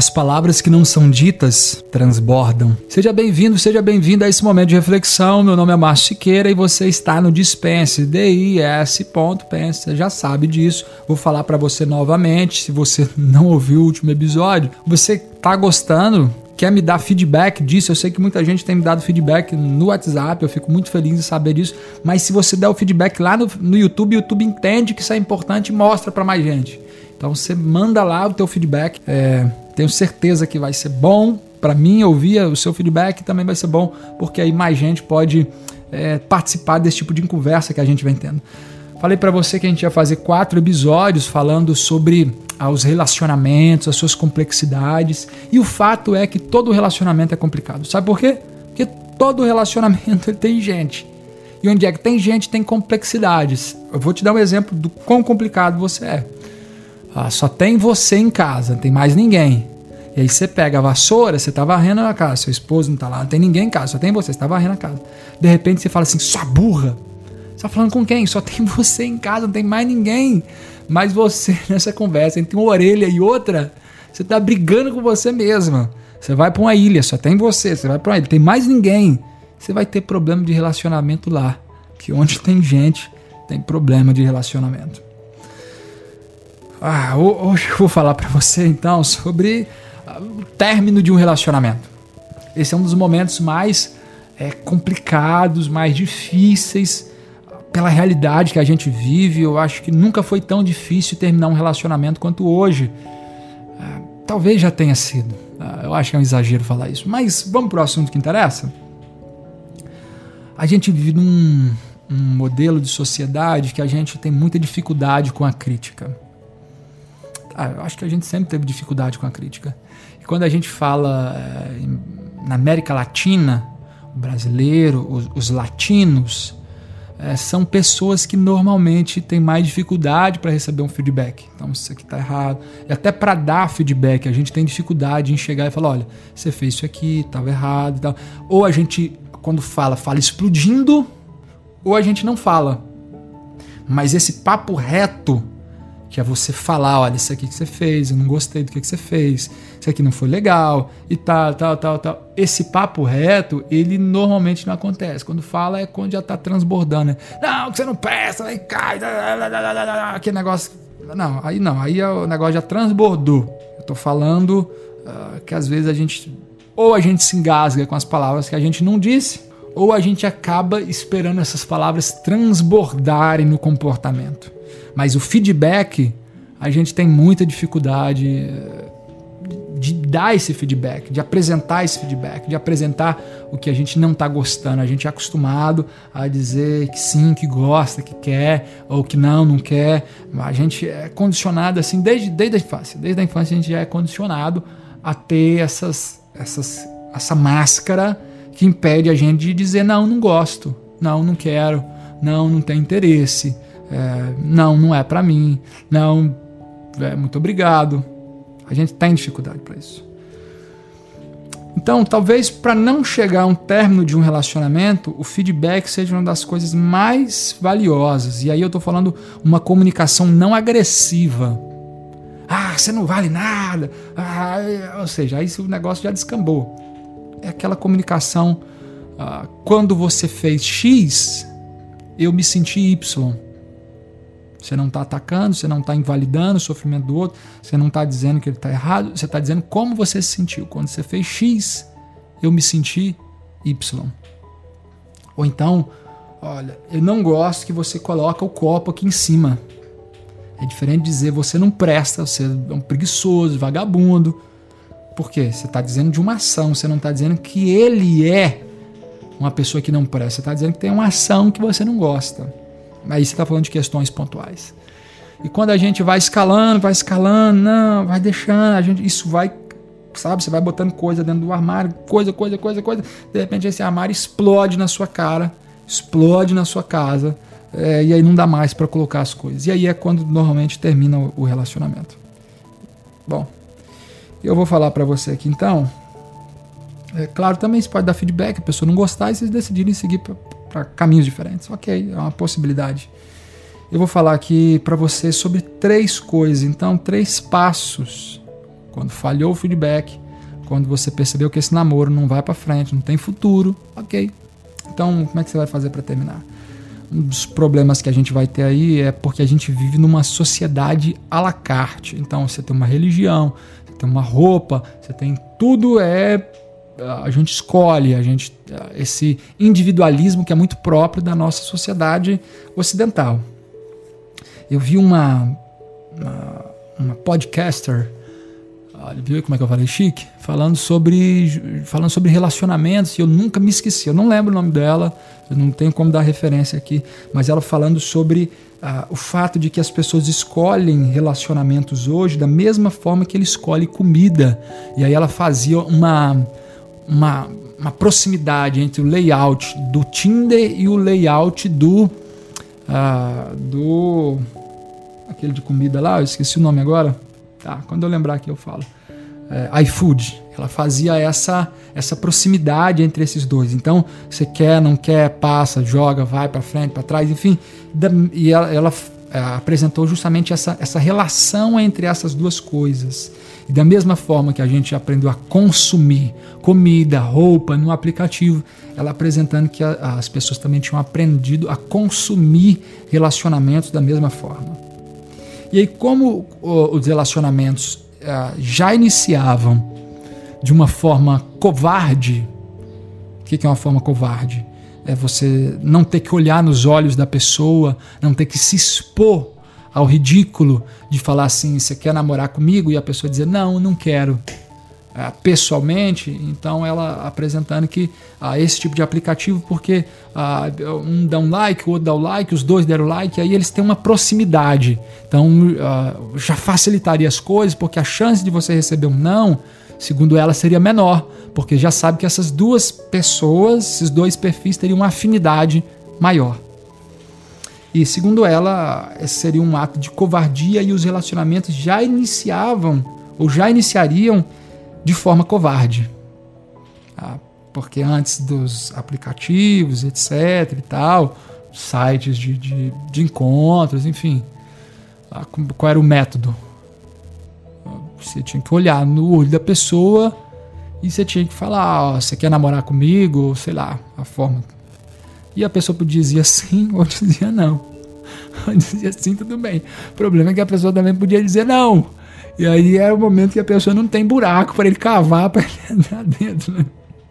As palavras que não são ditas transbordam. Seja bem-vindo, seja bem-vinda a esse momento de reflexão. Meu nome é Márcio Siqueira e você está no Dispense, DIS.pense. Você já sabe disso. Vou falar para você novamente, se você não ouviu o último episódio. Você tá gostando? Quer me dar feedback disso? Eu sei que muita gente tem me dado feedback no WhatsApp, eu fico muito feliz em saber disso. Mas se você der o feedback lá no YouTube, o YouTube entende que isso é importante e mostra para mais gente. Então você manda lá o teu feedback. Tenho certeza que vai ser bom para mim ouvir o seu feedback, e também vai ser bom porque aí mais gente pode participar desse tipo de conversa que a gente vem tendo. Falei para você que a gente ia fazer 4 episódios falando sobre os relacionamentos, as suas complexidades, e o fato é que todo relacionamento é complicado. Sabe por quê? Porque todo relacionamento tem gente. E onde é que tem gente, tem complexidades. Eu vou te dar um exemplo do quão complicado você é. Só tem você em casa, não tem mais ninguém. E aí você pega a vassoura, você tá varrendo a casa, seu esposo não tá lá, não tem ninguém em casa, só tem você tá varrendo a casa. De repente você fala assim, sua burra. Você tá falando com quem? Só tem você em casa, não tem mais ninguém. Mas você, nessa conversa, entre uma orelha e outra, você tá brigando com você mesma. Você vai pra uma ilha, só tem você vai pra uma ilha, não tem mais ninguém. Você vai ter problema de relacionamento lá. Que onde tem gente, tem problema de relacionamento. Hoje eu vou falar para você então sobre o término de um relacionamento. Esse é um dos momentos mais complicados, mais difíceis pela realidade que a gente vive. Eu acho que nunca foi tão difícil terminar um relacionamento quanto hoje. Talvez já tenha sido. Eu acho que é um exagero falar isso. Mas vamos para o assunto que interessa? A gente vive num modelo de sociedade que a gente tem muita dificuldade com a crítica. Eu acho que a gente sempre teve dificuldade com a crítica. E quando a gente fala na América Latina, o brasileiro, os latinos, são pessoas que normalmente têm mais dificuldade para receber um feedback. Então, isso aqui está errado. E até para dar feedback, a gente tem dificuldade em chegar e falar, olha, você fez isso aqui, estava errado e tal. Ou a gente, quando fala explodindo, ou a gente não fala. Mas esse papo reto, que é você falar, olha, isso aqui que você fez, eu não gostei do que você fez, isso aqui não foi legal, e tal. Esse papo reto, ele normalmente não acontece. Quando fala é quando já tá transbordando, né? Não, que você não presta, aí cai, aquele negócio. Não, aí o negócio já transbordou. Eu tô falando que às vezes ou a gente se engasga com as palavras que a gente não disse, ou a gente acaba esperando essas palavras transbordarem no comportamento. Mas o feedback, a gente tem muita dificuldade de dar esse feedback, de apresentar esse feedback, de apresentar o que a gente não está gostando. A gente é acostumado a dizer que sim, que gosta, que quer, ou que não quer. A gente é condicionado assim desde a infância. Desde a infância a gente já é condicionado a ter essa máscara que impede a gente de dizer não gosto, não quero, não tenho interesse. Não é pra mim, não, muito obrigado. A gente tem dificuldade para isso. Então, talvez para não chegar a um término de um relacionamento, o feedback seja uma das coisas mais valiosas. E aí eu tô falando uma comunicação não agressiva. Você não vale nada. Ou seja, aí o negócio já descambou. É aquela comunicação, quando você fez X, eu me senti Y. Você não está atacando, você não está invalidando o sofrimento do outro, você não está dizendo que ele está errado, você está dizendo como você se sentiu. Quando você fez X, eu me senti Y. Ou então, olha, eu não gosto que você coloca o copo aqui em cima. É diferente de dizer você não presta, você é um preguiçoso, vagabundo. Por quê? Você está dizendo de uma ação, você não está dizendo que ele é uma pessoa que não presta, você está dizendo que tem uma ação que você não gosta. Aí você está falando de questões pontuais. E quando a gente vai escalando, não, vai deixando, isso vai, sabe, você vai botando coisa dentro do armário, coisa, de repente esse armário explode na sua cara, explode na sua casa, e aí não dá mais para colocar as coisas. E aí é quando normalmente termina o relacionamento. Bom, eu vou falar para você aqui então. Claro, também você pode dar feedback, a pessoa não gostar e vocês decidirem seguir para caminhos diferentes. Ok, é uma possibilidade. Eu vou falar aqui para você sobre 3 coisas, então 3 passos quando falhou o feedback, quando você percebeu que esse namoro não vai para frente, não tem futuro, ok. Então, como é que você vai fazer para terminar? Um dos problemas que a gente vai ter aí é porque a gente vive numa sociedade à la carte. Então, você tem uma religião, você tem uma roupa, você tem tudo, a gente escolhe, esse individualismo que é muito próprio da nossa sociedade ocidental. Eu vi uma podcaster, viu como é que eu falei chique? Falando sobre relacionamentos, e eu nunca me esqueci, eu não lembro o nome dela, eu não tenho como dar referência aqui, mas ela falando sobre o fato de que as pessoas escolhem relacionamentos hoje da mesma forma que ele escolhe comida. E aí ela fazia uma proximidade entre o layout do Tinder e o layout do aquele de comida lá, eu esqueci o nome agora. Tá, quando eu lembrar aqui eu falo. iFood. Ela fazia essa proximidade entre esses dois. Então, você quer, não quer, passa, joga, vai para frente, para trás, enfim. E ela apresentou justamente essa relação entre essas duas coisas. E da mesma forma que a gente aprendeu a consumir comida, roupa no aplicativo, ela apresentando que as pessoas também tinham aprendido a consumir relacionamentos da mesma forma. E aí, como os relacionamentos já iniciavam de uma forma covarde, o que é uma forma covarde? É você não ter que olhar nos olhos da pessoa, não ter que se expor ao ridículo de falar assim, você quer namorar comigo? E a pessoa dizer, não quero. Pessoalmente, então ela apresentando que esse tipo de aplicativo, porque um dá um like, o outro dá o like, os dois deram like, aí eles têm uma proximidade. Então já facilitaria as coisas, porque a chance de você receber um não, segundo ela, seria menor, porque já sabe que essas duas pessoas, esses dois perfis teriam uma afinidade maior. E segundo ela, esse seria um ato de covardia e os relacionamentos já iniciavam ou já iniciariam de forma covarde, porque antes dos aplicativos, etc e tal, sites de encontros, enfim, qual era o método? Você tinha que olhar no olho da pessoa e você tinha que falar, você quer namorar comigo? Sei lá, a forma. E a pessoa dizia sim ou dizia não. Ou dizia sim, tudo bem. O problema é que a pessoa também podia dizer não. E aí era o momento que a pessoa não tem buraco para ele cavar, para ele entrar dentro. Né?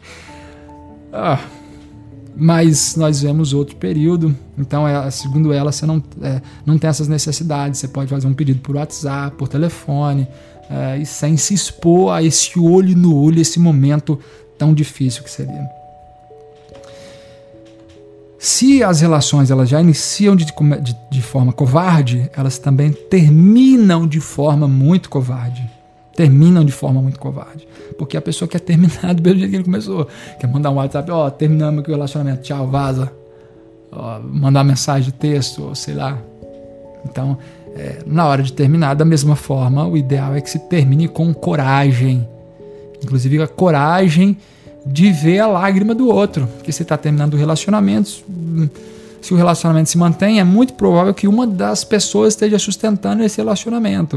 Mas nós vemos outro período. Então, segundo ela, você não tem essas necessidades. Você pode fazer um pedido por WhatsApp, por telefone, e sem se expor a esse olho no olho, esse momento tão difícil que seria. Se as relações elas já iniciam de forma covarde, elas também terminam de forma muito covarde. Porque a pessoa quer terminar do mesmo jeito que ele começou. Quer mandar um WhatsApp, terminamos aqui o relacionamento, tchau, vaza. Mandar mensagem de texto, ou sei lá. Então, na hora de terminar, da mesma forma, o ideal é que se termine com coragem. Inclusive a coragem de ver a lágrima do outro. Porque você está terminando o relacionamento, se o relacionamento se mantém, é muito provável que uma das pessoas esteja sustentando esse relacionamento.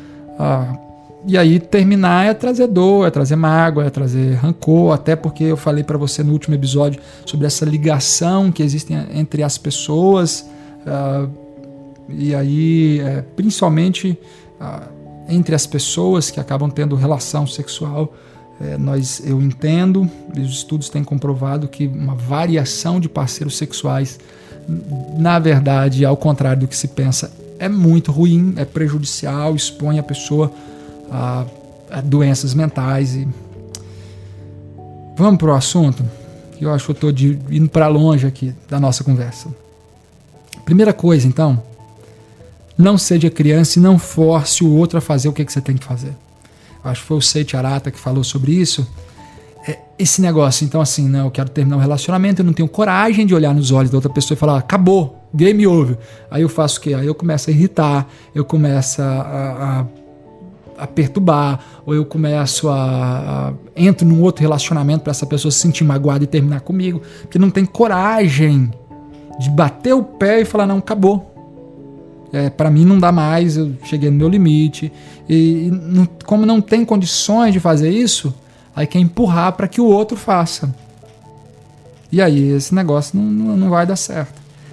E aí terminar é trazer dor, é trazer mágoa, é trazer rancor, até porque eu falei para você no último episódio sobre essa ligação que existe entre as pessoas, e aí principalmente entre as pessoas que acabam tendo relação sexual. Eu entendo, os estudos têm comprovado que uma variação de parceiros sexuais, na verdade, ao contrário do que se pensa, é muito ruim, é prejudicial, expõe a pessoa a doenças mentais. Vamos para o assunto, que eu acho que eu estou indo para longe aqui da nossa conversa. Primeira coisa, então, não seja criança e não force o outro a fazer o que você tem que fazer. Acho que foi o Seiichi Arata que falou sobre isso. Esse negócio, então assim, eu quero terminar um relacionamento, eu não tenho coragem de olhar nos olhos da outra pessoa e falar, acabou, game over. Aí eu faço o quê? Aí eu começo a irritar, eu começo a perturbar, ou eu começo entro num outro relacionamento para essa pessoa se sentir magoada e terminar comigo, porque não tem coragem de bater o pé e falar, não, acabou. Para mim não dá mais, eu cheguei no meu limite. Como não tem condições de fazer isso, aí quer empurrar para que o outro faça. E aí esse negócio não vai dar certo.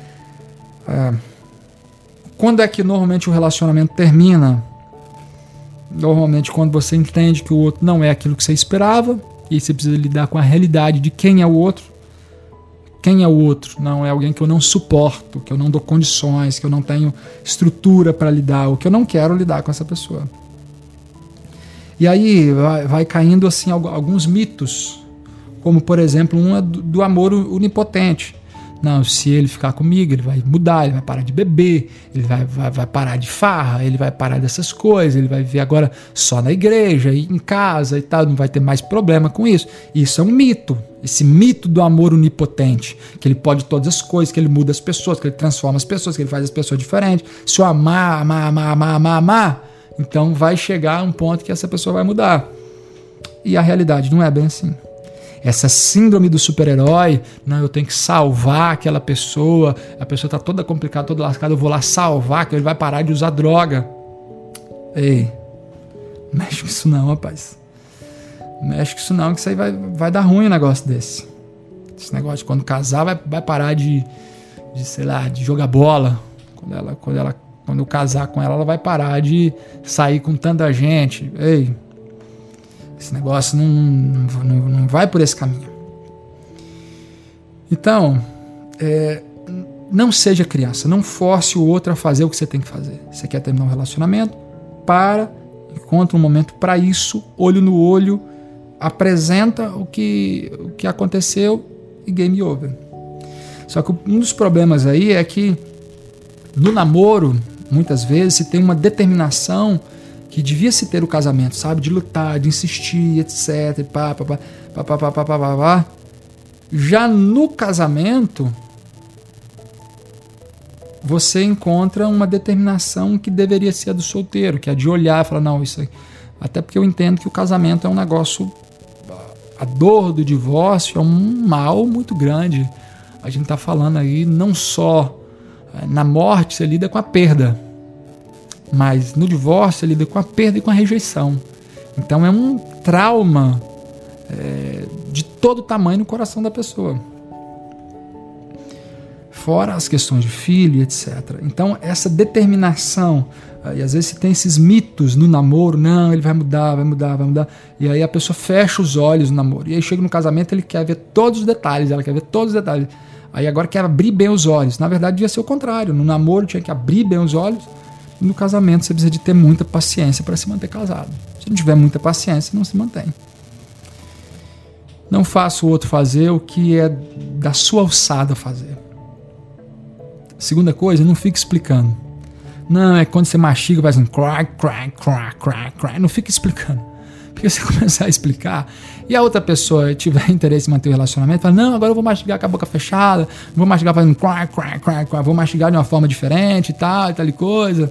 Quando é que normalmente o relacionamento termina? Normalmente quando você entende que o outro não é aquilo que você esperava, e aí você precisa lidar com a realidade de quem é o outro. Quem é o outro? Não, é alguém que eu não suporto, que eu não dou condições, que eu não tenho estrutura para lidar, ou que eu não quero lidar com essa pessoa. E aí vai caindo assim alguns mitos, como por exemplo um do amor onipotente. Não, se ele ficar comigo, ele vai mudar, ele vai parar de beber, ele vai parar de farra, ele vai parar dessas coisas, ele vai viver agora só na igreja, em casa e tal, não vai ter mais problema com isso. Isso é um mito, esse mito do amor onipotente, que ele pode todas as coisas, que ele muda as pessoas, que ele transforma as pessoas, que ele faz as pessoas diferentes. Se eu amar, então vai chegar um ponto que essa pessoa vai mudar. E a realidade não é bem assim. Essa síndrome do super-herói, não, eu tenho que salvar aquela pessoa, a pessoa está toda complicada, toda lascada, eu vou lá salvar, que ele vai parar de usar droga. Ei, mexe com isso não, rapaz. Mexe com isso não, que isso aí vai dar ruim um negócio desse. Esse negócio de quando casar vai parar de sei lá, de jogar bola. Quando eu casar com ela vai parar de sair com tanta gente. Ei, esse negócio não vai por esse caminho. Então, não seja criança, não force o outro a fazer o que você tem que fazer. Você quer terminar um relacionamento? Encontra um momento para isso, olho no olho, apresenta o que aconteceu e game over. Só que um dos problemas aí é que no namoro, muitas vezes, se tem uma determinação que devia se ter o casamento, sabe? De lutar, de insistir, etc. Já no casamento, você encontra uma determinação que deveria ser a do solteiro, que é de olhar e falar, não, isso aí. Até porque eu entendo que o casamento é um negócio... A dor do divórcio é um mal muito grande. A gente está falando aí não só na morte, você lida com a perda, mas no divórcio você lida com a perda e com a rejeição. Então é um trauma de todo tamanho no coração da pessoa. Fora as questões de filho, etc. Então essa determinação, e às vezes você tem esses mitos no namoro, não, ele vai mudar, e aí a pessoa fecha os olhos no namoro, e aí chega no casamento, ele quer ver todos os detalhes, ela quer ver todos os detalhes, aí agora quer abrir bem os olhos. Na verdade devia ser o contrário, no namoro tinha que abrir bem os olhos, no casamento você precisa de ter muita paciência para se manter casado. Se não tiver muita paciência, não se mantém. Não faça o outro fazer o que é da sua alçada fazer. Segunda coisa, não fique explicando. Não, é quando você mastiga, faz um crack, crack, crack, crack, crack. Não fique explicando. Porque você começar a explicar e a outra pessoa tiver interesse em manter o relacionamento, fala, não, agora eu vou mastigar com a boca fechada, vou mastigar fazendo crack, crack, crack, crack, vou mastigar de uma forma diferente e tal coisa.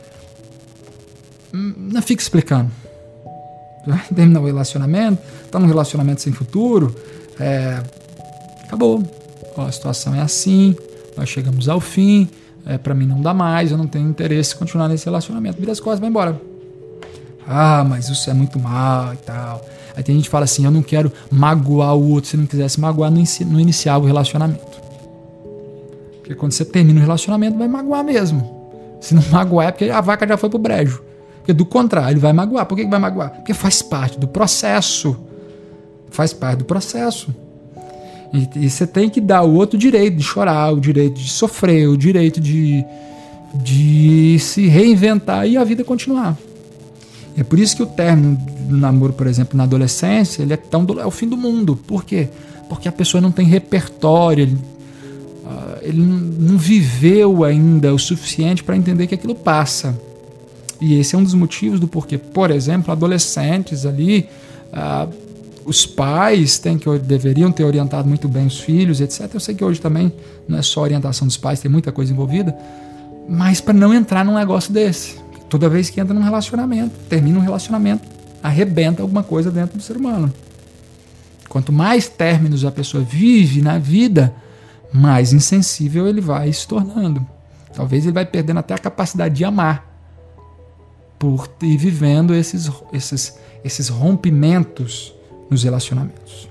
Não fique explicando. Vai terminar o relacionamento, tá num relacionamento sem futuro, acabou. Ó, a situação é assim, nós chegamos ao fim, pra mim não dá mais, eu não tenho interesse em continuar nesse relacionamento. Vira as costas, vai embora. Ah, mas isso é muito mal e tal. Aí tem gente que fala assim, eu não quero magoar o outro. Se não quisesse magoar, não iniciava o relacionamento. Porque quando você termina o relacionamento, vai magoar mesmo. Se não magoar é porque a vaca já foi pro brejo. Porque do contrário, ele vai magoar. Por que vai magoar? Porque faz parte do processo. Faz parte do processo. E você tem que dar o outro direito de chorar, o direito de sofrer, o direito de se reinventar e a vida continuar. E é por isso que o término do namoro, por exemplo, na adolescência, ele é o fim do mundo. Por quê? Porque a pessoa não tem repertório, ele não viveu ainda o suficiente para entender que aquilo passa. E esse é um dos motivos do porquê, por exemplo, adolescentes ali, os pais deveriam ter orientado muito bem os filhos, etc. Eu sei que hoje também não é só a orientação dos pais, tem muita coisa envolvida, mas para não entrar num negócio desse. Toda vez que entra num relacionamento, termina um relacionamento, arrebenta alguma coisa dentro do ser humano. Quanto mais términos a pessoa vive na vida, mais insensível ele vai se tornando. Talvez ele vai perdendo até a capacidade de amar por ir vivendo esses rompimentos nos relacionamentos.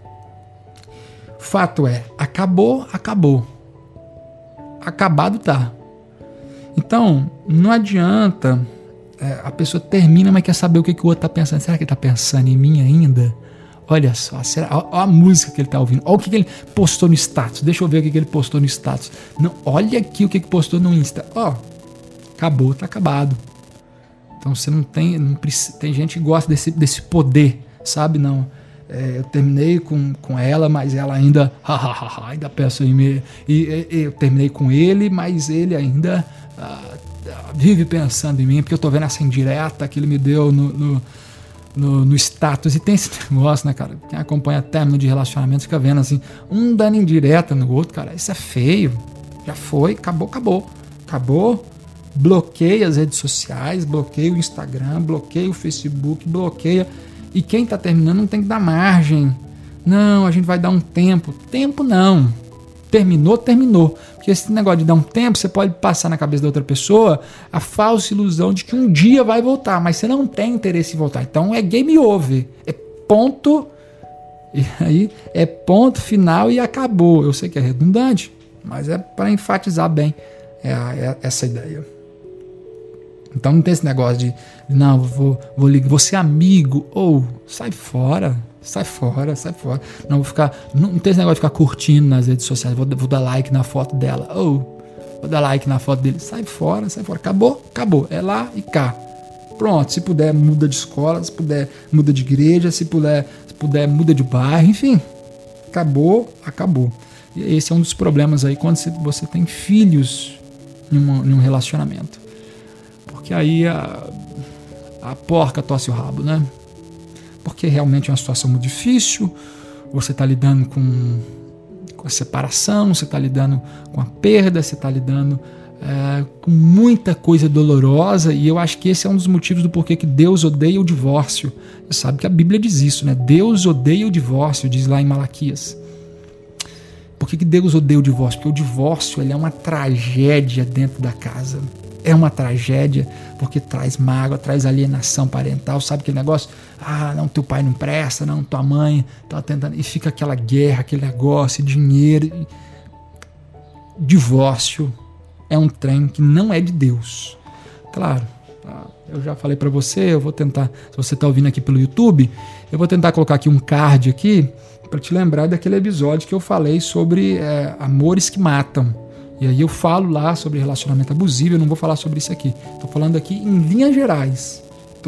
Fato é, acabou. Acabado tá. Então, não adianta, a pessoa termina, mas quer saber o que o outro está pensando. Será que ele está pensando em mim ainda? Olha só, olha a música que ele está ouvindo. Olha o que ele postou no status. Deixa eu ver o que ele postou no status. Não, olha aqui o que postou no Insta. Acabou, tá acabado. Então você não precisa, tem gente que gosta desse poder, sabe? Não. Eu terminei com ela, mas ela ainda pensa em mim. E eu terminei com ele, mas ele ainda vive pensando em mim, porque eu tô vendo essa indireta que ele me deu no status. E tem esse negócio, né, cara? Quem acompanha término de relacionamento fica vendo assim, um dando indireta no outro, cara. Isso é feio. Já foi, acabou. Bloqueia as redes sociais, bloqueia o Instagram, bloqueia o Facebook, bloqueia. E quem tá terminando não tem que dar margem. Não, a gente vai dar um tempo. Tempo não. Terminou. Porque esse negócio de dar um tempo, você pode passar na cabeça da outra pessoa a falsa ilusão de que um dia vai voltar, mas você não tem interesse em voltar. Então é game over. É ponto. E aí é ponto final e acabou. Eu sei que é redundante, mas é para enfatizar bem essa ideia. Então não tem esse negócio de não, vou ser amigo, ou sai fora. Não vou ficar, não tem esse negócio de ficar curtindo nas redes sociais, vou dar like na foto dela, ou vou dar like na foto dele. Sai fora. Acabou. É lá e cá. Pronto, se puder muda de escola, se puder muda de igreja, se puder muda de bairro, enfim. Acabou. E esse é um dos problemas aí quando você tem filhos em um relacionamento. Porque aí a porca torce o rabo, né? Porque realmente é uma situação muito difícil. Você está lidando com a separação, você está lidando com a perda, você está lidando com muita coisa dolorosa. E eu acho que esse é um dos motivos do porquê que Deus odeia o divórcio. Você sabe que a Bíblia diz isso, né? Deus odeia o divórcio, diz lá em Malaquias. Por que Deus odeia o divórcio? Porque o divórcio ele é uma tragédia dentro da casa. É uma tragédia porque traz mágoa, traz alienação parental, sabe aquele negócio? Não, teu pai não presta, não, tua mãe tá tentando, e fica aquela guerra, aquele negócio, dinheiro. Divórcio é um trem que não é de Deus. Claro, eu já falei para você, eu vou tentar, se você tá ouvindo aqui pelo YouTube, eu vou tentar colocar aqui um card aqui para te lembrar daquele episódio que eu falei sobre amores que matam. E aí eu falo lá sobre relacionamento abusivo, eu não vou falar sobre isso aqui. Estou falando aqui em linhas gerais.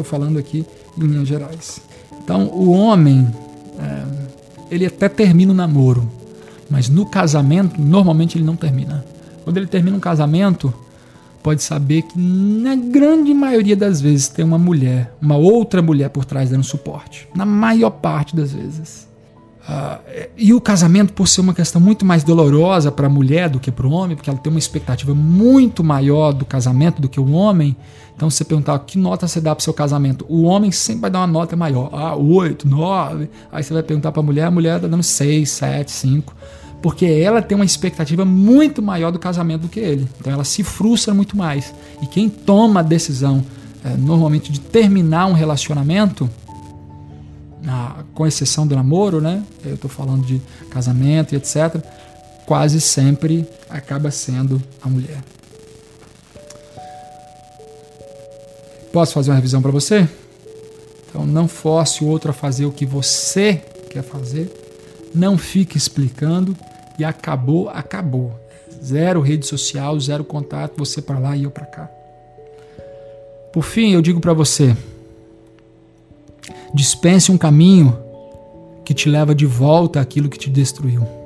Então, o homem, ele até termina o namoro, mas no casamento, normalmente ele não termina. Quando ele termina um casamento, pode saber que na grande maioria das vezes tem uma outra mulher por trás dando suporte. Na maior parte das vezes. E o casamento, por ser uma questão muito mais dolorosa para a mulher do que para o homem, porque ela tem uma expectativa muito maior do casamento do que o homem. Então, se você perguntar que nota você dá para o seu casamento, o homem sempre vai dar uma nota maior. 8, 9. Aí você vai perguntar para a mulher está dando 6, 7, 5. Porque ela tem uma expectativa muito maior do casamento do que ele. Então, ela se frustra muito mais. E quem toma a decisão, normalmente, de terminar um relacionamento, com exceção do namoro, né? Eu estou falando de casamento e etc. Quase sempre acaba sendo a mulher. Posso fazer uma revisão para você? Então, não force o outro a fazer o que você quer fazer. Não fique explicando. E acabou. Zero rede social, zero contato. Você para lá e eu para cá. Por fim, eu digo para você: dispense um caminho que te leva de volta àquilo que te destruiu.